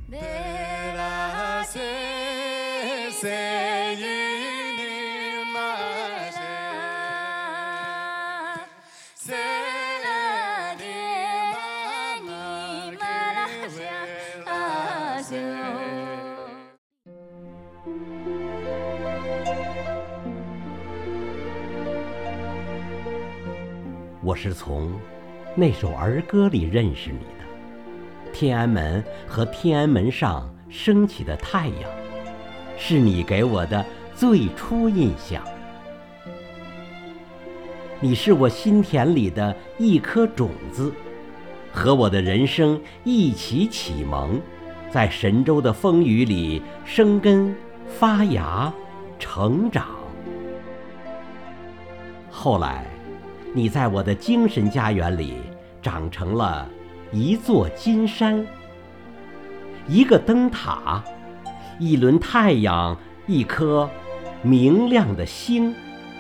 我是从那首儿歌里认识你的。天安门和天安门上升起的太阳，是你给我的最初印象。你是我心田里的一颗种子，和我的人生一起启蒙，在神州的风雨里生根发芽成长。后来你在我的精神家园里长成了一座金山，一个灯塔，一轮太阳，一颗明亮的星。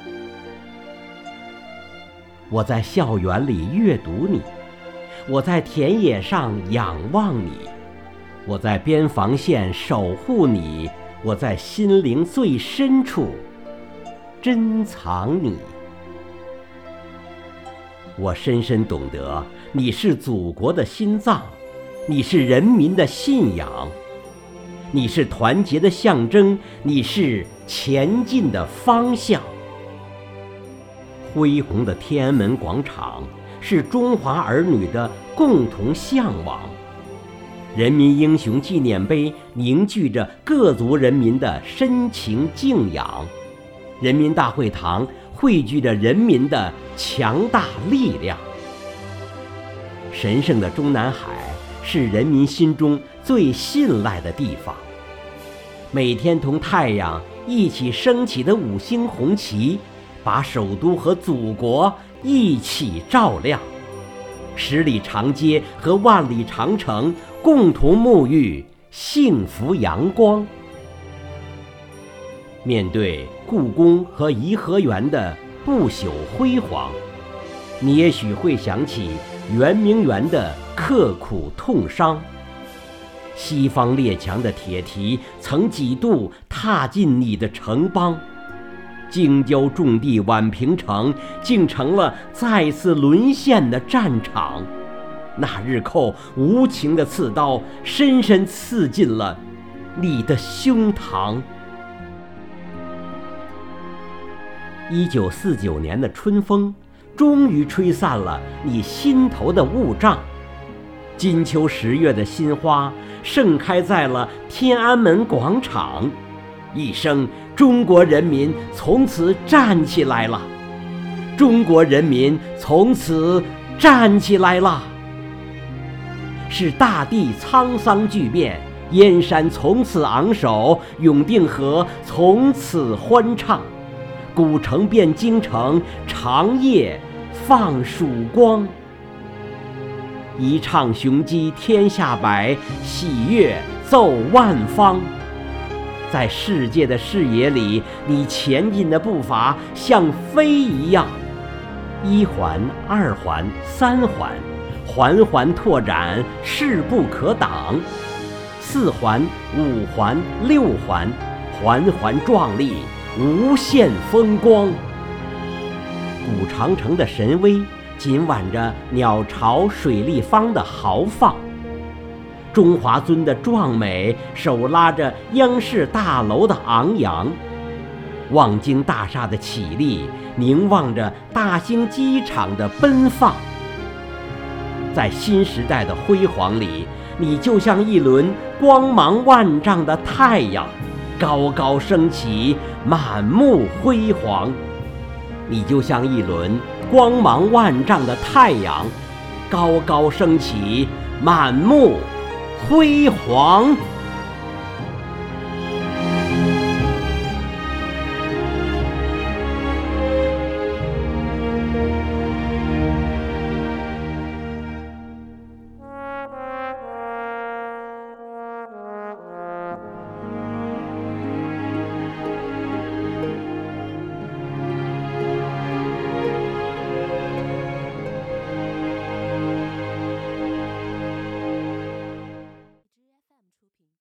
我在校园里阅读你，我在田野上仰望你，我在边防线守护你，我在心灵最深处珍藏你。我深深懂得，你是祖国的心脏，你是人民的信仰，你是团结的象征，你是前进的方向。恢宏的天安门广场是中华儿女的共同向往，人民英雄纪念碑凝聚着各族人民的深情敬仰，人民大会堂汇聚着人民的强大力量。神圣的中南海是人民心中最信赖的地方，每天同太阳一起升起的五星红旗，把首都和祖国一起照亮。十里长街和万里长城共同沐浴幸福阳光。面对故宫和颐和园的不朽辉煌，你也许会想起圆明园的刻苦痛伤。西方列强的铁蹄曾几度踏进你的城邦，京郊重地宛平城竟成了再次沦陷的战场。那日寇无情的刺刀深深刺进了你的胸膛。1949年的春风终于吹散了你心头的雾障，金秋10月的新花盛开在了天安门广场，一声中国人民从此站起来了，中国人民从此站起来了。是大地沧桑巨变，燕山从此昂首，永定河从此欢唱，古城变京城，长夜放曙光。一唱雄鸡天下白，喜悦奏万方。在世界的视野里，你前进的步伐像飞一样，一环、二环、三环，环环拓展，势不可挡；四环、五环、六环，环环壮丽，无限风光。古长城的神威紧挽着鸟巢水立方的豪放，中华尊的壮美手拉着央视大楼的昂扬，望京大厦的绮丽凝望着大兴机场的奔放。在新时代的辉煌里，你就像一轮光芒万丈的太阳，高高升起，满目辉煌。你就像一轮光芒万丈的太阳，高高升起，满目辉煌。